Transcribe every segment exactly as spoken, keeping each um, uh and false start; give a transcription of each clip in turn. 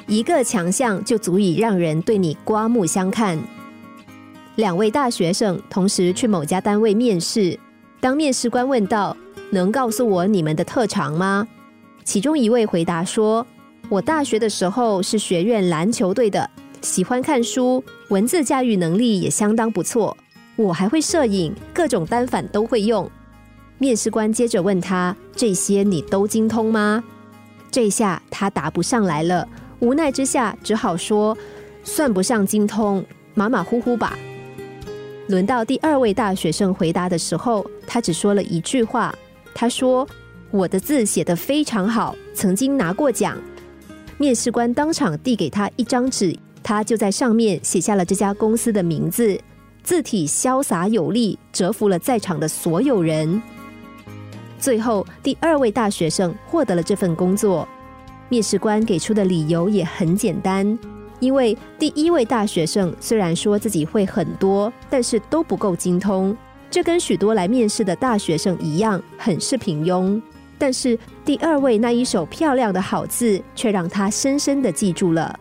一个强项就足以让人对你刮目相看。两位大学生同时去某家单位面试，当面试官问道：能告诉我你们的特长吗？其中一位回答说：我大学的时候是学院篮球队的，喜欢看书，文字驾驭能力也相当不错，我还会摄影，各种单反都会用。面试官接着问他：这些你都精通吗？这下他答不上来了，无奈之下只好说：算不上精通，马马虎虎吧。轮到第二位大学生回答的时候，他只说了一句话，他说：我的字写得非常好，曾经拿过奖。面试官当场递给他一张纸，他就在上面写下了这家公司的名字，字体潇洒有力，折服了在场的所有人。最后第二位大学生获得了这份工作，面试官给出的理由也很简单，因为第一位大学生虽然说自己会很多，但是都不够精通，这跟许多来面试的大学生一样，很是平庸。但是第二位那一手漂亮的好字却让他深深地记住了。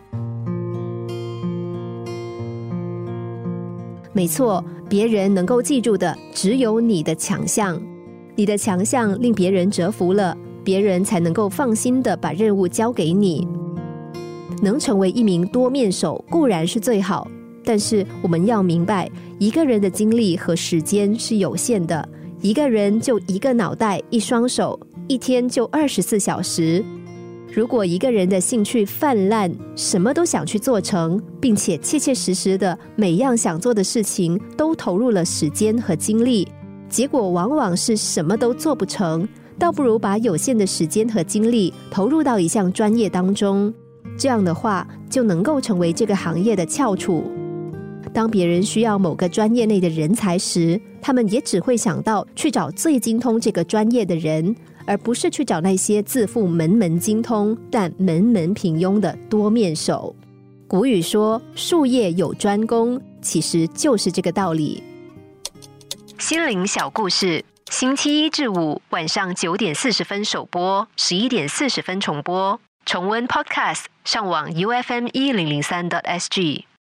没错，别人能够记住的只有你的强项，你的强项令别人折服了，别人才能够放心地把任务交给你。能成为一名多面手固然是最好，但是我们要明白，一个人的精力和时间是有限的，一个人就一个脑袋一双手，一天就二十四小时。如果一个人的兴趣泛滥，什么都想去做成，并且切切实实的每样想做的事情都投入了时间和精力，结果往往是什么都做不成，倒不如把有限的时间和精力投入到一项专业当中，这样的话就能够成为这个行业的翘楚。当别人需要某个专业内的人才时，他们也只会想到去找最精通这个专业的人，而不是去找那些自负门门精通但门门平庸的多面手。古语说术业有专攻，其实就是这个道理。心灵小故事，星期一至五晚上九点四十分首播，十一点四十分重播。重温 Podcast， 上网 U F M 一零零三 点 S G。